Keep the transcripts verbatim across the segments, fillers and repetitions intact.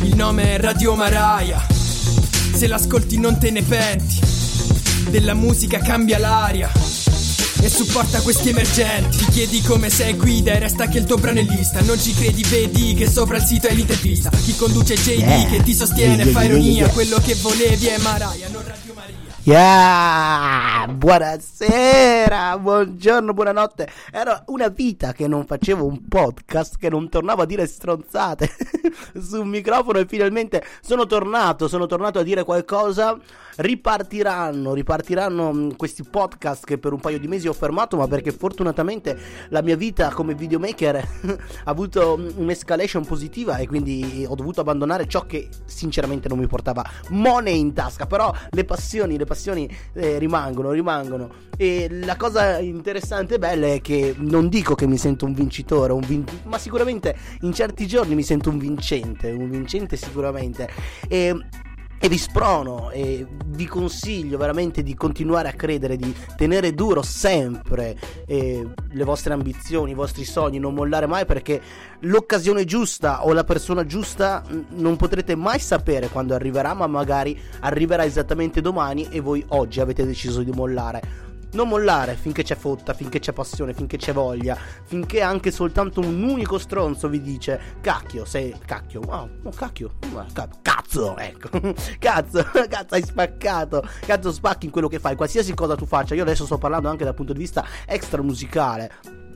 Il nome è Radio Maraia, se l'ascolti non te ne penti, della musica cambia l'aria e supporta questi emergenti. Ti chiedi come sei guida e resta che il tuo brano è lista. Non ci credi, vedi che sopra il sito è l'intervista. Chi conduce J D yeah. che ti sostiene, yeah, fa ironia, yeah, yeah. Quello che volevi è Maraia, non Radio Maria. Yeah, buonasera, buongiorno, buonanotte. Era una vita che non facevo un podcast, che non tornavo a dire stronzate su un microfono e finalmente sono tornato, sono tornato a dire qualcosa. Ripartiranno, ripartiranno questi podcast che per un paio di mesi ho fermato, ma perché fortunatamente la mia vita come videomaker ha avuto un'escalation positiva e quindi ho dovuto abbandonare ciò che sinceramente non mi portava money in tasca. Però le passioni, le passioni eh, rimangono, rimangono. E la cosa interessante e bella è che non dico che mi sento un vincitore, un vin- ma sicuramente in certi giorni mi sento un vincente, un vincente sicuramente. E E vi sprono e vi consiglio veramente di continuare a credere, di tenere duro sempre eh, le vostre ambizioni, i vostri sogni, non mollare mai, perché l'occasione giusta o la persona giusta non potrete mai sapere quando arriverà, ma magari arriverà esattamente domani e voi oggi avete deciso di mollare. Non mollare finché c'è fotta, finché c'è passione, finché c'è voglia, finché anche soltanto un unico stronzo vi dice cacchio, sei cacchio, wow, no cacchio, cazzo, ecco, cazzo, cazzo hai spaccato, cazzo spacchi in quello che fai, qualsiasi cosa tu faccia. Io adesso sto parlando anche dal punto di vista extra musicale.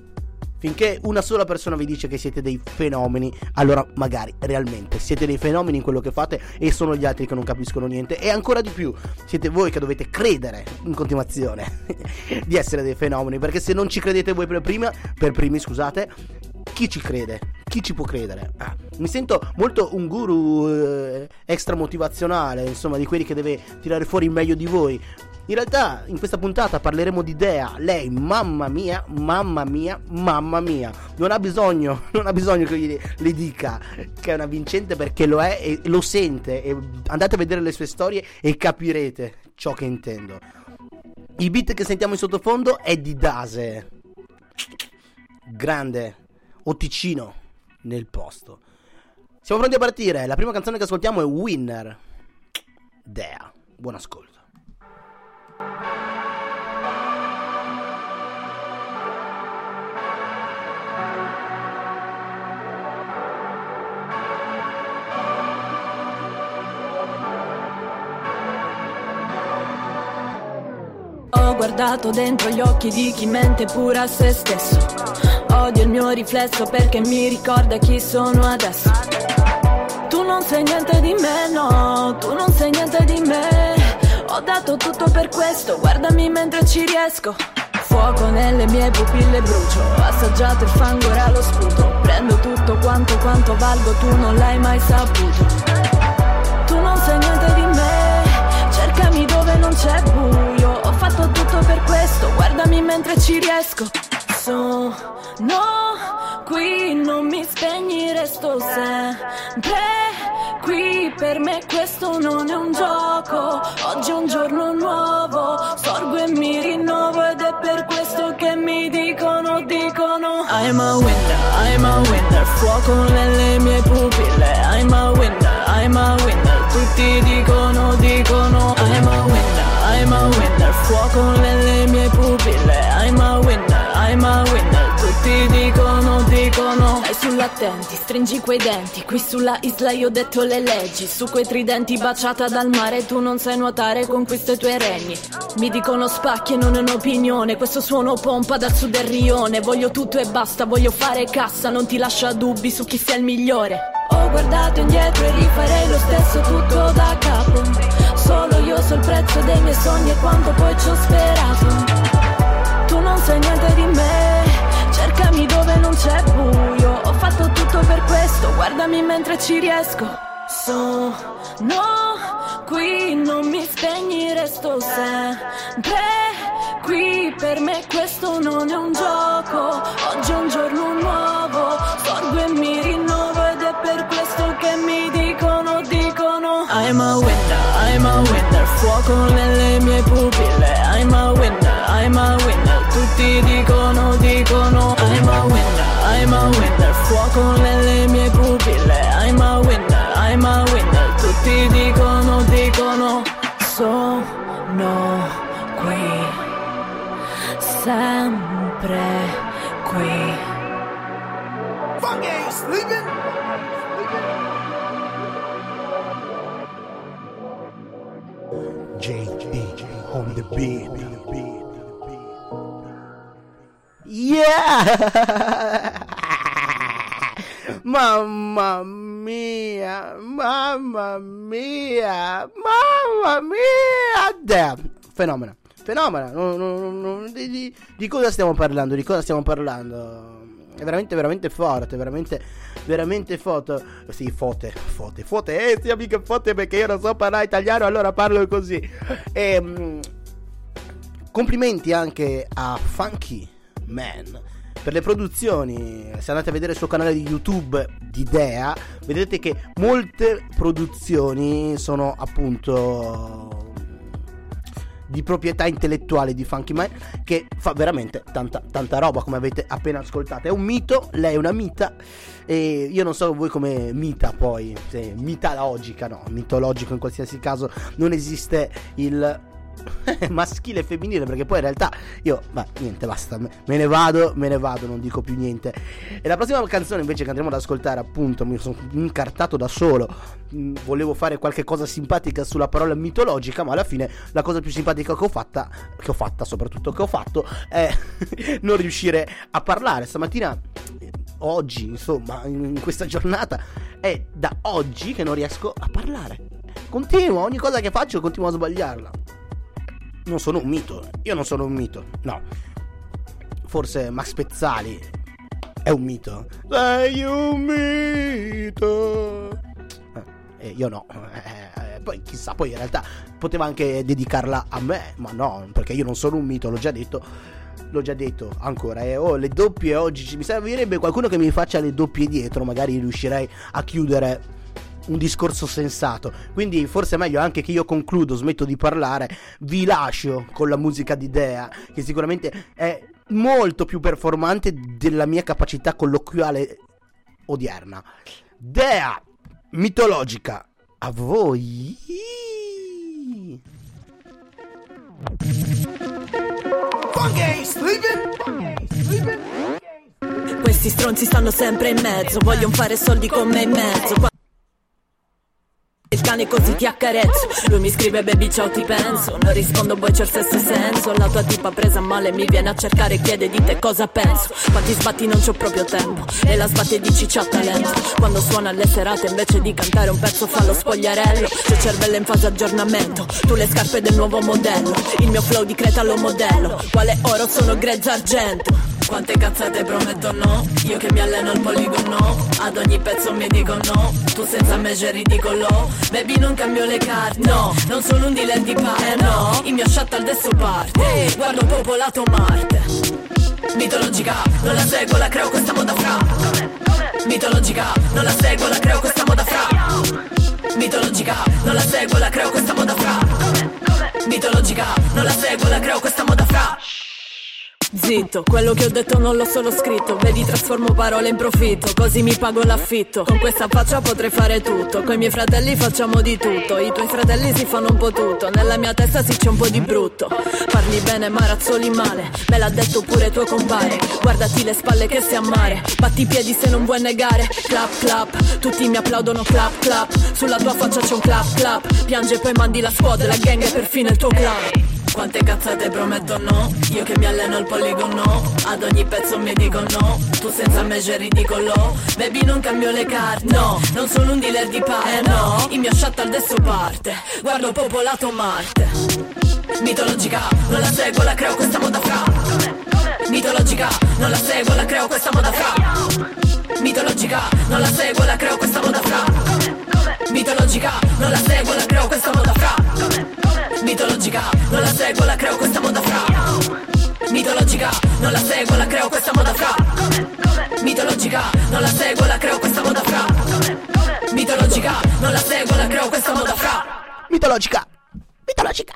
Finché una sola persona vi dice che siete dei fenomeni, allora magari realmente siete dei fenomeni in quello che fate e sono gli altri che non capiscono niente. E ancora di più siete voi che dovete credere in continuazione di essere dei fenomeni, perché se non ci credete voi per prima, per primi scusate, chi ci crede? Chi ci può credere? Ah, mi sento molto un guru eh, extra motivazionale, insomma, di quelli che deve tirare fuori il meglio di voi. In realtà in questa puntata parleremo di Dea. Lei, mamma mia, mamma mia, mamma mia, non ha bisogno, non ha bisogno che gli, le dica che è una vincente, perché lo è e lo sente. E andate a vedere le sue storie e capirete ciò che intendo. Il beat che sentiamo in sottofondo è di Dase. Grande, Oticino nel posto. Siamo pronti a partire. La prima canzone che ascoltiamo è Winner, Dea. Buon ascolto. Ho guardato dentro gli occhi di chi mente pure a se stesso. Odio il mio riflesso perché mi ricorda chi sono adesso. Tu non sai niente di me, no, tu non sai niente di me. Ho dato tutto per questo, guardami mentre ci riesco. Fuoco nelle mie pupille brucio, ho assaggiato il fango, ora lo sputo. Prendo tutto quanto quanto valgo, tu non l'hai mai saputo. Tu non sai niente di me, cercami dove non c'è buio. Ho fatto tutto per questo, guardami mentre ci riesco. Sono qui, non mi spegni, resto sempre qui. Per me questo non è un gioco, oggi è un giorno nuovo. Sorgo e mi rinnovo ed è per questo che mi dicono, dicono I'm a winner, I'm a winner. Fuoco nelle mie pupille, I'm a winner, I'm a winner. Tutti dicono, dicono I'm a winner, I'm a winner. Fuoco nelle mie pupille, I'm a winner, I'm a winner. Tutti dicono, dicono Stai sull'attenti, stringi quei denti. Qui sulla isla io ho detto le leggi. Su quei tridenti baciata dal mare. Tu non sai nuotare con questi i tuoi regni. Mi dicono spacchi e non è un'opinione. Questo suono pompa dal sud del rione. Voglio tutto e basta, voglio fare cassa. Non ti lascia dubbi su chi sia il migliore. Ho guardato indietro e rifarei lo stesso tutto da capo. Solo io so il prezzo dei miei sogni e quanto poi ci ho sperato. Tu non sai niente di me, cercami dove non c'è buio. Ho fatto tutto per questo, guardami mentre ci riesco. Sono qui, non mi spegni, resto sempre qui. Per me questo non è un gioco, oggi è un giorno nuovo. Sorgo e mi rinnovo ed è per questo che mi dicono, dicono I'm a winner, I'm a winner. Fuoco nelle mie pupille, I'm a winner, I'm a winner. Tutti dicono, dicono I'm a winner, I'm a winner. Fuoco nelle mie pupille, I'm a winner, I'm a J B on the beat. Yeah! Mamma mia, mamma mia, mamma mia! Damn. Fenomeno, fenomeno. No, no, no, di, di, di cosa stiamo parlando? Di cosa stiamo parlando? È veramente, veramente forte, veramente, veramente foto. Sì, fote, fote, fote. Eh, sì, amiche, fote, perché io non so parlare italiano, allora parlo così. E, mh, complimenti anche a Funky Man per le produzioni. Se andate a vedere il suo canale di YouTube di Dea, vedrete che molte produzioni sono appunto di proprietà intellettuale di Funky Man, che fa veramente tanta tanta roba, come avete appena ascoltato. È un mito, lei è una mita, e io non so voi come mita, poi se mitologica, no, mitologico in qualsiasi caso, non esiste il maschile e femminile, perché poi in realtà io, ma niente, basta, me ne vado, me ne vado, non dico più niente. E la prossima canzone invece che andremo ad ascoltare, appunto, mi sono incartato da solo, mh, volevo fare qualche cosa simpatica sulla parola mitologica, ma alla fine la cosa più simpatica che ho fatta, che ho fatta soprattutto che ho fatto, è non riuscire a parlare. Stamattina, oggi, insomma, in questa giornata, è da oggi che non riesco a parlare. Continuo, ogni cosa che faccio continuo a sbagliarla. Non sono un mito, io non sono un mito, no. Forse Max Pezzali è un mito. Sei un mito. Eh, io no. Eh, poi chissà, poi in realtà poteva anche dedicarla a me, ma no, perché io non sono un mito, l'ho già detto. L'ho già detto ancora. E eh, oh, le doppie oggi, mi servirebbe qualcuno che mi faccia le doppie dietro, magari riuscirei a chiudere un discorso sensato. Quindi forse è meglio anche che io concludo, smetto di parlare, vi lascio con la musica di Dea, che sicuramente è molto più performante della mia capacità colloquiale odierna. Dea, mitologica, a voi. Questi stronzi stanno sempre in mezzo, vogliono fare soldi con me in mezzo. Il cane così ti accarezzo, lui mi scrive baby ciao ti penso, non rispondo boy c'è il stesso senso. La tua tipa presa male mi viene a cercare e chiede di te cosa penso. Quanti sbatti non c'ho proprio tempo, e la sbatti e dici c'ha talento. Quando suona alle serate invece di cantare un pezzo fa lo spogliarello. C'è cervello in fase aggiornamento, tu le scarpe del nuovo modello. Il mio flow di Creta lo modello, quale oro sono grezzo argento. Quante cazzate prometto no, io che mi alleno al poligono, ad ogni pezzo mi dico no, tu senza me c'è ridicolo. Baby non cambio le carte, no, non sono un dealer di parte, eh no, il mio shuttle adesso parte, guardo popolato Marte. Mitologica, non la seguo, la creo questa moda fra. Mitologica, non la seguo, la creo questa moda fra. Mitologica, non la seguo, la creo questa moda fra. Mitologica, non la seguo, la creo questa moda fra. Zitto, quello che ho detto non l'ho solo scritto. Vedi, trasformo parole in profitto, così mi pago l'affitto. Con questa faccia potrei fare tutto, coi miei fratelli facciamo di tutto. I tuoi fratelli si fanno un po' tutto, nella mia testa sì c'è un po' di brutto. Parli bene ma razzoli male, me l'ha detto pure tuo compare. Guardati le spalle che sei a mare, batti i piedi se non vuoi negare. Clap clap, tutti mi applaudono clap clap. Sulla tua faccia c'è un clap clap, piange poi mandi la squad, la gang e perfino il tuo clan. Quante cazzate prometto no, io che mi alleno al poligono, ad ogni pezzo mi dico no, tu senza me c'è ridicolo. Baby non cambio le carte, no, non sono un dealer di parte, eh no, il mio shuttle adesso parte, guardo popolato Marte. Mitologica, non la seguo, la creo questa moda fra. Mitologica, non la seguo, la creo questa moda fra. Mitologica, non la seguo, la creo questa moda fra. Mitologica, non la seguo, la creo questa moda fra. Mitologica, non la seguo, la creo questa moda fra. Mitologica, non la seguo, la creo questa moda fra. Mitologica, non la seguo, la creo questa moda fra. Mitologica, non la seguo, la creo questa moda fra. Mitologica, mitologica,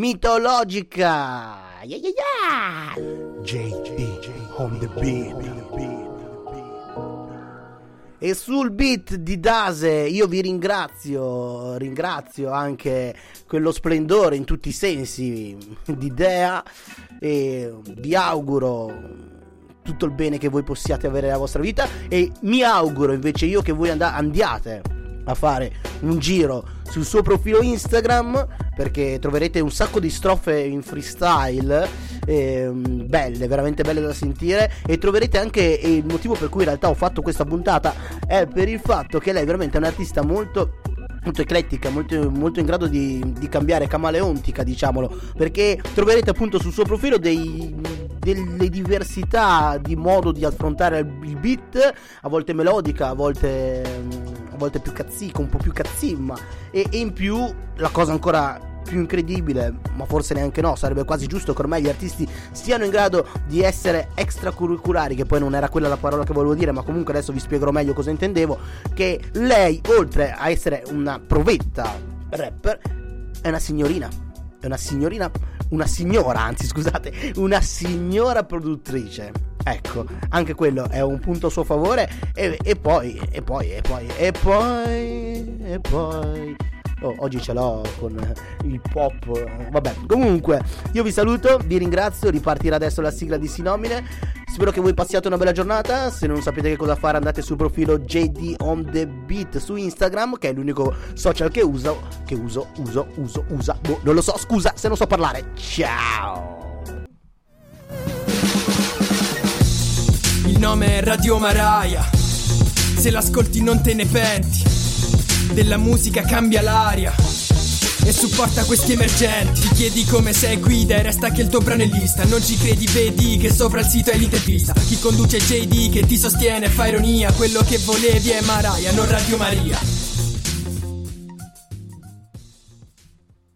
mitologica. Yeah yeah yeah. J B on the beat. E sul beat di Dase io vi ringrazio, ringrazio anche quello splendore in tutti i sensi di Dea, e vi auguro tutto il bene che voi possiate avere nella vostra vita, e mi auguro invece io che voi and- andiate a fare un giro sul suo profilo Instagram, perché troverete un sacco di strofe in freestyle, eh, belle, veramente belle da sentire, e troverete anche il motivo per cui in realtà ho fatto questa puntata è per il fatto che lei veramente è un'artista molto molto eclettica, molto, molto in grado di, di cambiare, camaleontica, diciamolo, perché troverete appunto sul suo profilo dei, delle diversità di modo di affrontare il beat, a volte melodica, a volte, a volte più cazzica, un po' più cazzimma, e, e in più la cosa ancora più incredibile, ma forse neanche no, sarebbe quasi giusto che ormai gli artisti siano in grado di essere extracurriculari, che poi non era quella la parola che volevo dire, ma comunque adesso vi spiegherò meglio cosa intendevo, che lei, oltre a essere una provetta rapper, è una signorina, è una signorina, una signora, anzi scusate, una signora produttrice. Ecco, anche quello è un punto a suo favore, e, e poi, e poi, e poi, e poi, e poi... Oh, oggi ce l'ho con il pop. Vabbè, comunque io vi saluto, vi ringrazio. Ripartirà adesso la sigla di Sinomine. Spero che voi passiate una bella giornata. Se non sapete che cosa fare, andate sul profilo J D on the beat su Instagram, che è l'unico social che uso Che uso, uso, uso, usa boh, non lo so, scusa se non so parlare. Ciao. Il nome è Radio Maraia. Se l'ascolti non te ne penti. Della musica cambia l'aria e supporta questi emergenti. Ti chiedi come sei, guida e resta che il tuo brano è lista. Non ci credi, vedi che sopra il sito è l'intervista. Chi conduce J D che ti sostiene fa ironia. Quello che volevi è Maraia, non Radio Maria.